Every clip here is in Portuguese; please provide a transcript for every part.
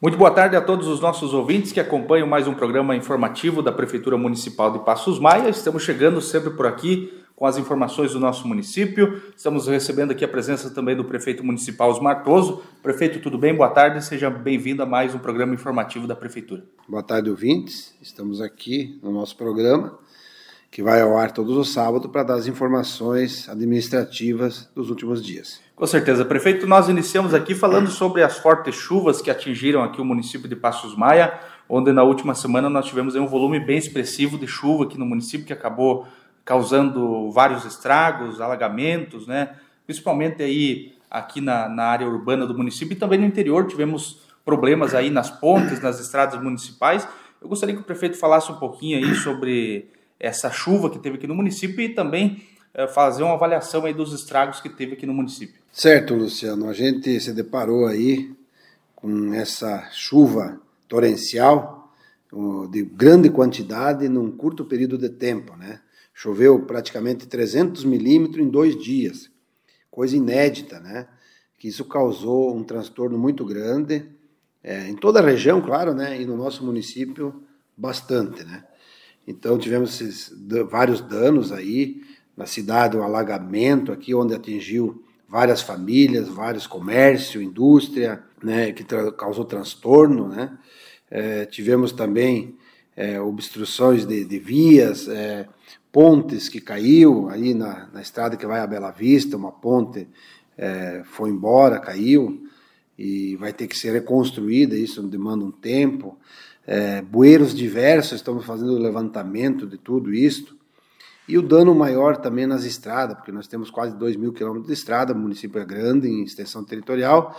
Muito boa tarde a todos os nossos ouvintes que acompanham mais um programa informativo da Prefeitura Municipal de Passos Maia. Estamos chegando sempre por aqui com as informações do nosso município. Estamos recebendo aqui a presença também do prefeito municipal Osmar Toso. Prefeito, tudo bem? Boa tarde, seja bem-vindo a mais um programa informativo da Prefeitura. Boa tarde, ouvintes. Estamos aqui no nosso programa, que vai ao ar todos os sábados para dar as informações administrativas dos últimos dias. Com certeza, prefeito, nós iniciamos aqui falando sobre as fortes chuvas que atingiram aqui o município de Passos Maia, onde na última semana nós tivemos um volume bem expressivo de chuva aqui no município, que acabou causando vários estragos, alagamentos, né? Principalmente aí aqui na área urbana do município e também no interior tivemos problemas aí nas pontes, nas estradas municipais. Eu gostaria que o prefeito falasse um pouquinho aí sobre essa chuva que teve aqui no município e também fazer uma avaliação aí dos estragos que teve aqui no município. Certo, Luciano. A gente se deparou aí com essa chuva torrencial de grande quantidade num curto período de tempo, né? Choveu praticamente 300 milímetros em 2 dias, coisa inédita, né? Que isso causou um transtorno muito grande, em toda a região, claro, né? E no nosso município, bastante, né? Então tivemos vários danos aí na cidade, o alagamento aqui, onde atingiu várias famílias, vários comércios, indústria, né? Que causou transtorno, né? Tivemos também obstruções de vias, pontes que caiu aí na estrada que vai a Bela Vista, uma ponte foi embora, caiu e vai ter que ser reconstruída, isso demanda um tempo. Bueiros diversos, estamos fazendo o levantamento de tudo isso. E o dano maior também nas estradas, porque nós temos quase 2.000 quilômetros de estrada, o município é grande em extensão territorial,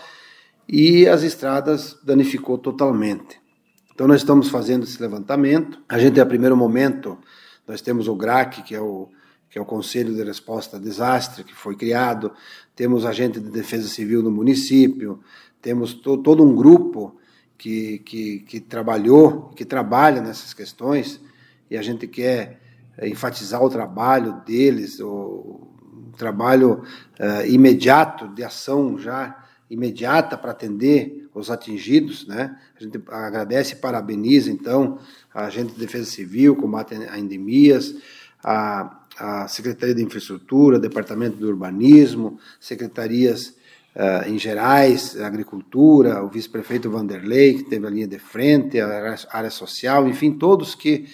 e as estradas danificou totalmente. Então nós estamos fazendo esse levantamento. A gente, a primeiro momento, nós temos o GRAC, que é o Conselho de Resposta a Desastre, que foi criado, temos agente de defesa civil no município, temos todo um grupo que trabalha nessas questões, e a gente quer enfatizar o trabalho deles, o trabalho imediato, de ação já imediata para atender os atingidos, né? A gente agradece e parabeniza, então, a agente de defesa civil, combate a endemias, a Secretaria de Infraestrutura, Departamento do Urbanismo, secretarias em gerais, Agricultura, o vice-prefeito Vanderlei, que teve a linha de frente, a área social, enfim, todos que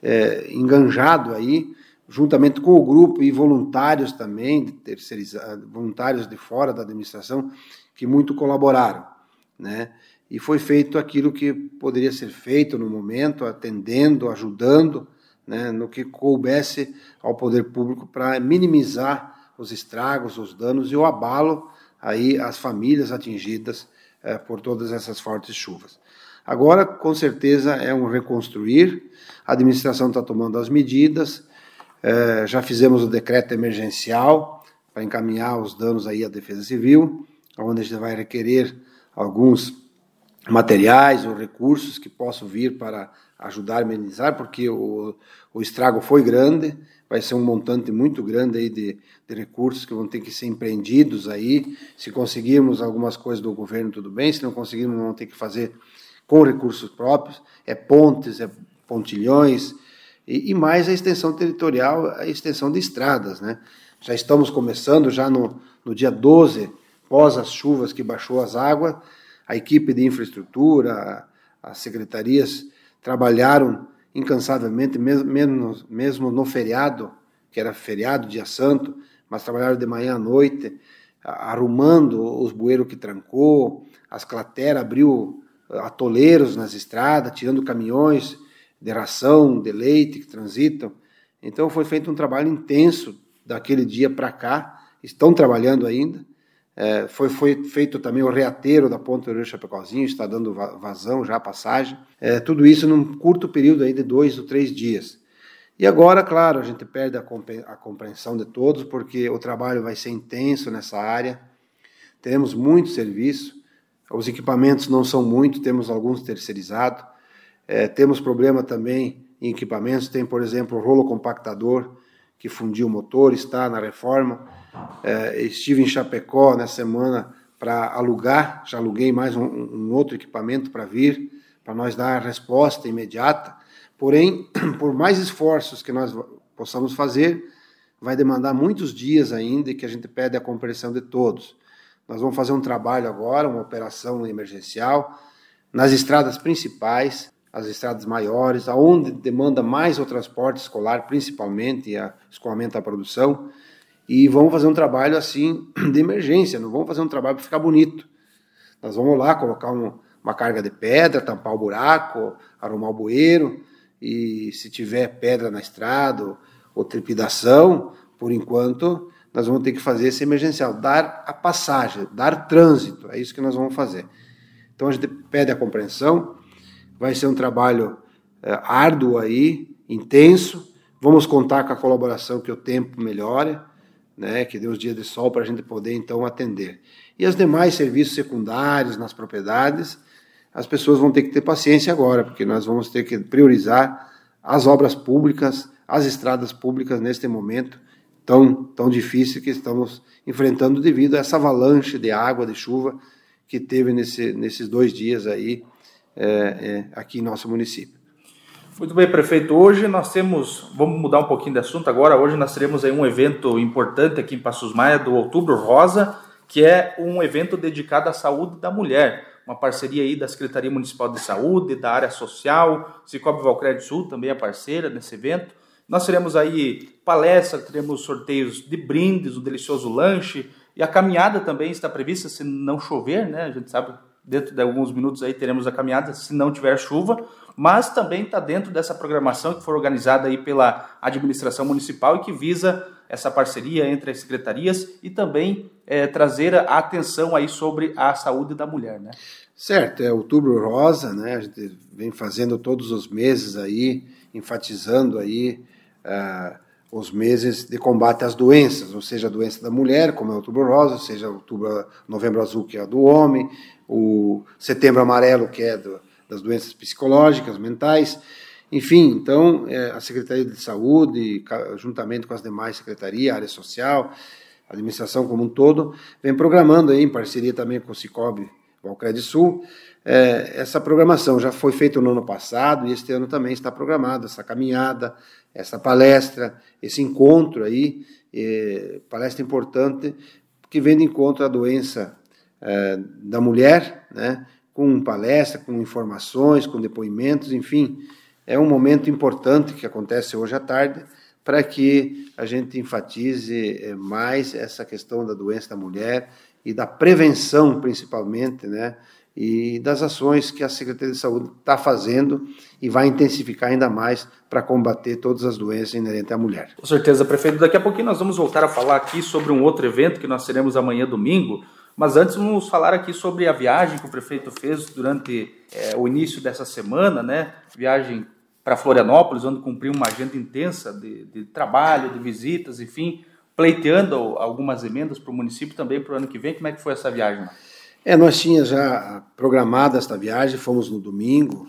enganjado aí, juntamente com o grupo e voluntários também, voluntários de fora da administração, que muito colaboraram, né? E foi feito aquilo que poderia ser feito no momento, atendendo, ajudando, né, no que coubesse ao poder público para minimizar os estragos, os danos e o abalo aí às famílias atingidas por todas essas fortes chuvas. Agora, com certeza, é um reconstruir, a administração está tomando as medidas, já fizemos o decreto emergencial para encaminhar os danos aí à Defesa Civil, onde a gente vai requerer alguns materiais ou recursos que possam vir para ajudar a minimizar, porque o estrago foi grande, vai ser um montante muito grande aí de recursos que vão ter que ser empreendidos aí. Se conseguirmos algumas coisas do governo, tudo bem, se não conseguirmos, vamos ter que fazer com recursos próprios, pontes, pontilhões, e mais a extensão territorial, a extensão de estradas, né? Já estamos começando, já no dia 12, após as chuvas que baixou as águas, a equipe de infraestrutura, as secretarias trabalharam incansavelmente, mesmo no feriado, que era feriado, dia santo, mas trabalharam de manhã à noite, arrumando os bueiros que trancou, as crateras, abriu atoleiros nas estradas, tirando caminhões de ração, de leite que transitam. Então foi feito um trabalho intenso daquele dia para cá, estão trabalhando ainda. Foi feito também o reateiro da ponte do Rio Chapecozinho, está dando vazão já a passagem. Tudo isso num curto período aí de 2 ou 3 dias. E agora, claro, a gente perde a compreensão de todos, porque o trabalho vai ser intenso nessa área. Teremos muito serviço, os equipamentos não são muitos, temos alguns terceirizados. Temos problema também em equipamentos, tem, por exemplo, o rolo compactador, que fundiu o motor, está na reforma. Estive em Chapecó na semana para alugar, já aluguei mais um outro equipamento para vir, para nós dar a resposta imediata. Porém, por mais esforços que nós possamos fazer, vai demandar muitos dias ainda e que a gente pede a compreensão de todos. Nós vamos fazer um trabalho agora, uma operação emergencial, nas estradas principais, as estradas maiores, aonde demanda mais o transporte escolar, principalmente, e o escoamento da produção, e vamos fazer um trabalho assim de emergência, não vamos fazer um trabalho para ficar bonito. Nós vamos lá colocar uma carga de pedra, tampar o buraco, arrumar o bueiro, e se tiver pedra na estrada ou trepidação, por enquanto, nós vamos ter que fazer esse emergencial, dar a passagem, dar trânsito, é isso que nós vamos fazer. Então a gente pede a compreensão, vai ser um trabalho árduo aí, intenso, vamos contar com a colaboração que o tempo melhore, né, que dê uns dias de sol para a gente poder então atender. E os demais serviços secundários nas propriedades, as pessoas vão ter que ter paciência agora, porque nós vamos ter que priorizar as obras públicas, as estradas públicas neste momento tão difícil que estamos enfrentando devido a essa avalanche de água, de chuva que teve nesses 2 dias aí aqui em nosso município. Muito bem, prefeito. Hoje nós vamos mudar um pouquinho de assunto agora, hoje nós teremos aí um evento importante aqui em Passos Maia do Outubro Rosa, que é um evento dedicado à saúde da mulher, uma parceria aí da Secretaria Municipal de Saúde, da área social, Cicobi Valcred Sul também é parceira nesse evento. Nós teremos aí palestra, teremos sorteios de brindes, um delicioso lanche, e a caminhada também está prevista, se não chover, né? A gente sabe, dentro de alguns minutos aí teremos a caminhada, se não tiver chuva, mas também está dentro dessa programação que foi organizada aí pela administração municipal e que visa essa parceria entre as secretarias e também trazer a atenção aí sobre a saúde da mulher, né? Certo, é Outubro Rosa, né? A gente vem fazendo todos os meses aí, enfatizando aí os meses de combate às doenças, ou seja, a doença da mulher, como é o Outubro Rosa, seja o Novembro Azul, que é a do homem, o Setembro Amarelo, que é das doenças psicológicas, mentais, enfim, então a Secretaria de Saúde, juntamente com as demais secretarias, a área social, a administração como um todo, vem programando aí, em parceria também com o Cicobi Valcred Sul, essa programação já foi feita no ano passado e este ano também está programada essa caminhada, essa palestra, esse encontro aí, palestra importante, que vem de encontro à doença da mulher, né, com palestra, com informações, com depoimentos, enfim, é um momento importante que acontece hoje à tarde para que a gente enfatize mais essa questão da doença da mulher e da prevenção, principalmente, né, e das ações que a Secretaria de Saúde está fazendo e vai intensificar ainda mais para combater todas as doenças inerentes à mulher. Com certeza, prefeito. Daqui a pouquinho nós vamos voltar a falar aqui sobre um outro evento que nós teremos amanhã, domingo, mas antes vamos falar aqui sobre a viagem que o prefeito fez durante o início dessa semana, né? Viagem para Florianópolis, onde cumpriu uma agenda intensa de trabalho, de visitas, enfim, pleiteando algumas emendas para o município também para o ano que vem. Como é que foi essa viagem? Nós tínhamos já programado esta viagem, fomos no domingo,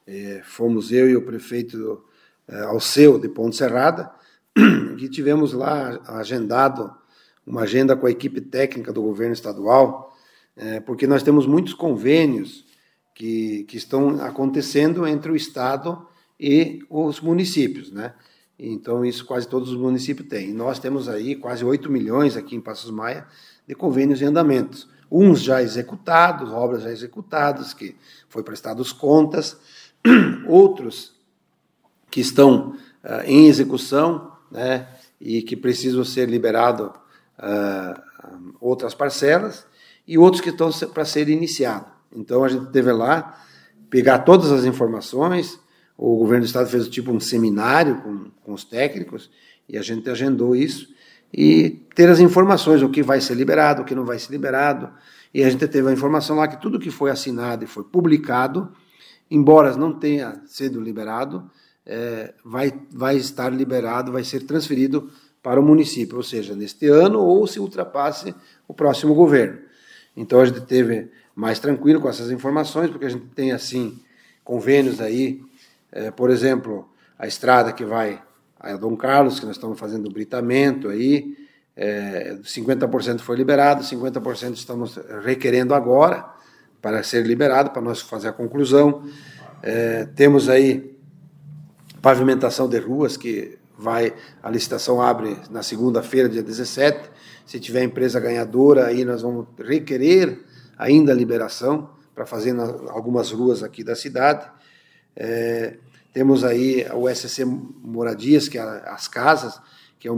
fomos eu e o prefeito Alceu de Ponte Serrada, que tivemos lá agendado uma agenda com a equipe técnica do governo estadual, porque nós temos muitos convênios que estão acontecendo entre o Estado e os municípios, né? Então, isso quase todos os municípios têm. E nós temos aí quase 8 milhões aqui em Passos Maia de convênios em andamentos. Uns já executados, obras já executadas, que foi prestados contas, outros que estão em execução, né, e que precisam ser liberados outras parcelas, e outros que estão para ser iniciados. Então, a gente teve lá pegar todas as informações, o governo do estado fez tipo um seminário com os técnicos, e a gente agendou isso, e ter as informações, o que vai ser liberado, o que não vai ser liberado, e a gente teve a informação lá que tudo que foi assinado e foi publicado, embora não tenha sido liberado, vai estar liberado, vai ser transferido para o município, ou seja, neste ano ou se ultrapasse o próximo governo. Então a gente teve mais tranquilo com essas informações, porque a gente tem assim convênios aí, por exemplo, a estrada que vai a Dom Carlos, que nós estamos fazendo o britamento aí, 50% foi liberado, 50% estamos requerendo agora para ser liberado, para nós fazer a conclusão. Temos aí pavimentação de ruas, que a licitação abre na segunda-feira, dia 17. Se tiver empresa ganhadora, aí nós vamos requerer ainda a liberação para fazer algumas ruas aqui da cidade. Temos aí o SC Moradias, que é as casas, que é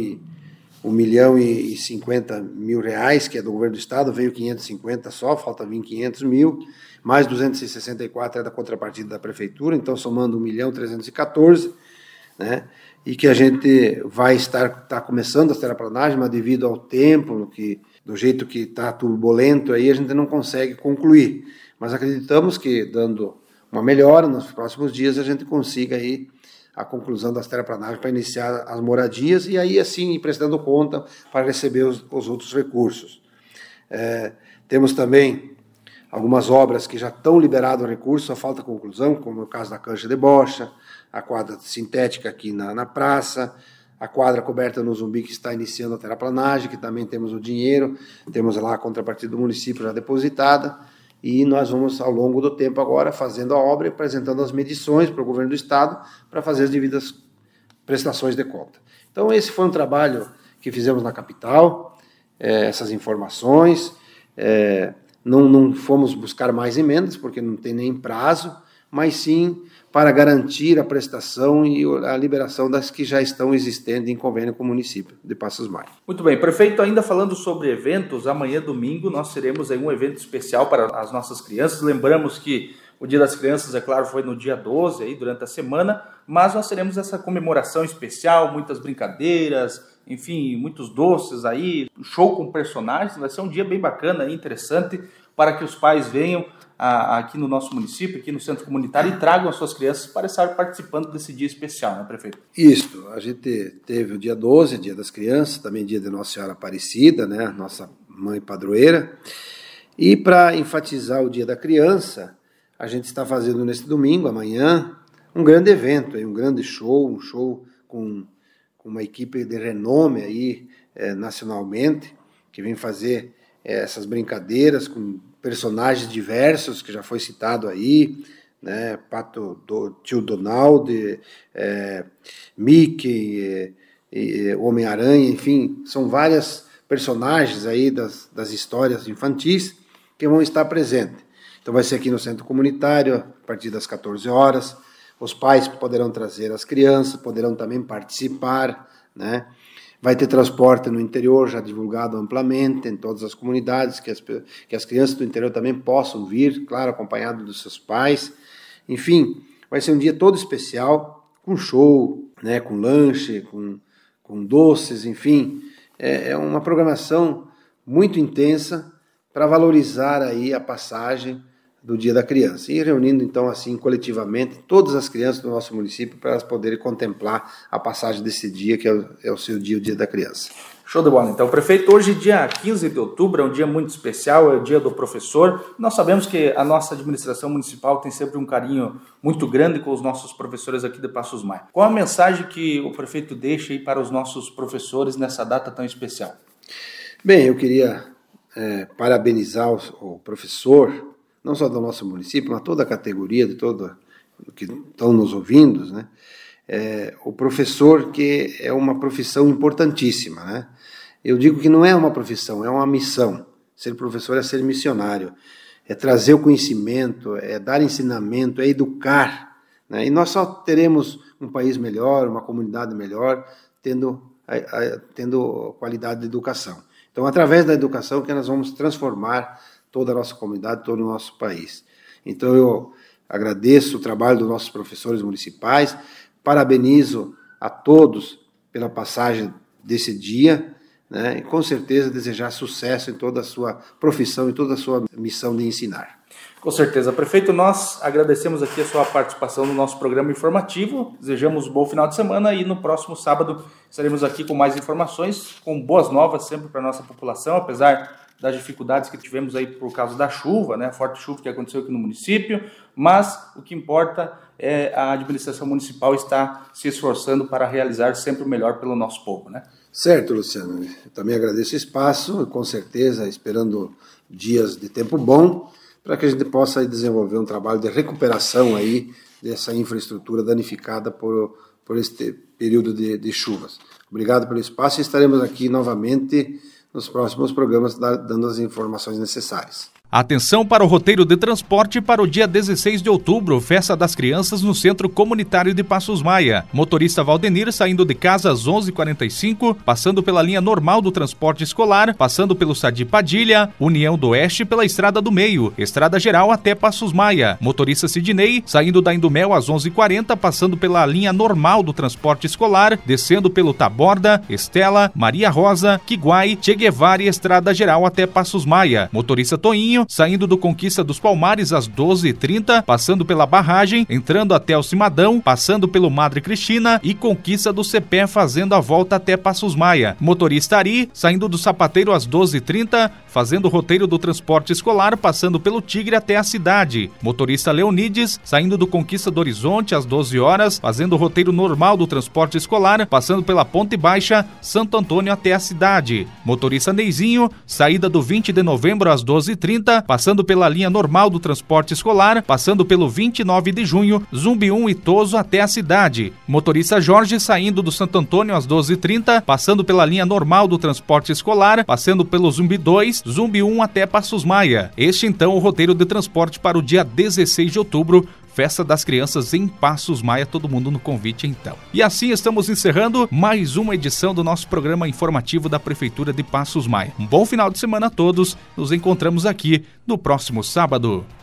1.050.000 reais, que é do governo do estado, veio 550 só, falta vir 500 mil, mais 264 é da contrapartida da prefeitura, então somando 1.314.000, né? E que a gente vai estar começando a terraplanagem, mas devido ao tempo, do jeito que está turbulento, aí a gente não consegue concluir. Mas acreditamos que, dando uma melhora nos próximos dias, a gente consiga aí a conclusão das terraplanagens para iniciar as moradias e aí assim ir prestando conta para receber os outros recursos. Temos também algumas obras que já estão liberados o recurso, só falta conclusão, como o caso da cancha de bocha, a quadra sintética aqui na praça, a quadra coberta no Zumbi, que está iniciando a terraplanagem, que também temos o dinheiro, temos lá a contrapartida do município já depositada, e nós vamos, ao longo do tempo agora, fazendo a obra e apresentando as medições para o governo do estado para fazer as devidas prestações de conta. Então, esse foi um trabalho que fizemos na capital, essas informações. Não fomos buscar mais emendas, porque não tem nem prazo, mas sim para garantir a prestação e a liberação das que já estão existentes em convênio com o município de Passos Maia. Muito bem, prefeito, ainda falando sobre eventos, amanhã domingo nós teremos aí um evento especial para as nossas crianças. Lembramos que o Dia das Crianças, é claro, foi no dia 12, aí, durante a semana, mas nós teremos essa comemoração especial, muitas brincadeiras, enfim, muitos doces aí, show com personagens. Vai ser um dia bem bacana e interessante para que os pais venham aqui no nosso município, aqui no centro comunitário, e tragam as suas crianças para estar participando desse dia especial, né, prefeito? Isso, a gente teve o dia 12, Dia das Crianças, também dia de Nossa Senhora Aparecida, né, nossa mãe padroeira, e para enfatizar o Dia da Criança, a gente está fazendo nesse domingo, amanhã, um grande evento, um grande show, um show com uma equipe de renome aí, nacionalmente, que vem fazer essas brincadeiras com personagens diversos, que já foi citado aí, né, Tio Donald, Mickey, Homem-Aranha, enfim, são várias personagens aí das histórias infantis que vão estar presentes. Então vai ser aqui no Centro Comunitário, a partir das 14 horas, os pais poderão trazer as crianças, poderão também participar, né? Vai ter transporte no interior, já divulgado amplamente em todas as comunidades, que as crianças do interior também possam vir, claro, acompanhado dos seus pais. Enfim, vai ser um dia todo especial, com show, né, com lanche, com doces, enfim. É uma programação muito intensa para valorizar aí a passagem do Dia da Criança, e reunindo então assim coletivamente todas as crianças do nosso município para elas poderem contemplar a passagem desse dia, que é o seu dia, o Dia da Criança. Show de bola. Então, prefeito, hoje, dia 15 de outubro, é um dia muito especial, é o dia do professor. Nós sabemos que a nossa administração municipal tem sempre um carinho muito grande com os nossos professores aqui de Passos Maia. Qual a mensagem que o prefeito deixa aí para os nossos professores nessa data tão especial? Bem, eu queria parabenizar o professor, não só do nosso município, mas toda a categoria, de todo que estão nos ouvindo, né? O professor, que é uma profissão importantíssima, né? Eu digo que não é uma profissão, é uma missão. Ser professor é ser missionário, é trazer o conhecimento, é dar ensinamento, é educar, né? E nós só teremos um país melhor, uma comunidade melhor, tendo qualidade de educação. Então, através da educação que nós vamos transformar toda a nossa comunidade, todo o nosso país. Então, eu agradeço o trabalho dos nossos professores municipais, parabenizo a todos pela passagem desse dia, né, e com certeza desejar sucesso em toda a sua profissão e toda a sua missão de ensinar. Com certeza. Prefeito, nós agradecemos aqui a sua participação no nosso programa informativo, desejamos um bom final de semana e no próximo sábado estaremos aqui com mais informações, com boas novas sempre para a nossa população, apesar das dificuldades que tivemos aí por causa da chuva, né, a forte chuva que aconteceu aqui no município, mas o que importa é a administração municipal estar se esforçando para realizar sempre o melhor pelo nosso povo, né? Certo, Luciano. Eu também agradeço o espaço, com certeza esperando dias de tempo bom, para que a gente possa desenvolver um trabalho de recuperação aí dessa infraestrutura danificada por este período de chuvas. Obrigado pelo espaço e estaremos aqui novamente nos próximos programas dando as informações necessárias. Atenção para o roteiro de transporte para o dia 16 de outubro, Festa das Crianças no Centro Comunitário de Passos Maia. Motorista Valdenir saindo de casa às 11h45, passando pela linha normal do transporte escolar, passando pelo Sadi Padilha, União do Oeste pela Estrada do Meio, Estrada Geral até Passos Maia. Motorista Sidney saindo da Indumel às 11h40, passando pela linha normal do transporte escolar, descendo pelo Taborda, Estela, Maria Rosa, Quiguai, Che Guevara e Estrada Geral até Passos Maia. Motorista Toinho saindo do Conquista dos Palmares às 12h30, passando pela barragem, entrando até o Cimadão, passando pelo Madre Cristina e Conquista do Cepé, fazendo a volta até Passos Maia. Motorista Ari, saindo do Sapateiro às 12h30, fazendo o roteiro do transporte escolar, passando pelo Tigre até a cidade. Motorista Leonides, saindo do Conquista do Horizonte às 12 horas, fazendo o roteiro normal do transporte escolar, passando pela Ponte Baixa, Santo Antônio até a cidade. Motorista Neizinho, saída do 20 de novembro às 12h30, passando pela linha normal do transporte escolar, passando pelo 29 de junho, Zumbi 1 e Toso até a cidade. Motorista Jorge saindo do Santo Antônio às 12h30, passando pela linha normal do transporte escolar, passando pelo Zumbi 2, Zumbi 1 até Passos Maia. Este então o roteiro de transporte para o dia 16 de outubro, Festa das Crianças em Passos Maia, todo mundo no convite então. E assim estamos encerrando mais uma edição do nosso programa informativo da Prefeitura de Passos Maia. Um bom final de semana a todos, nos encontramos aqui no próximo sábado.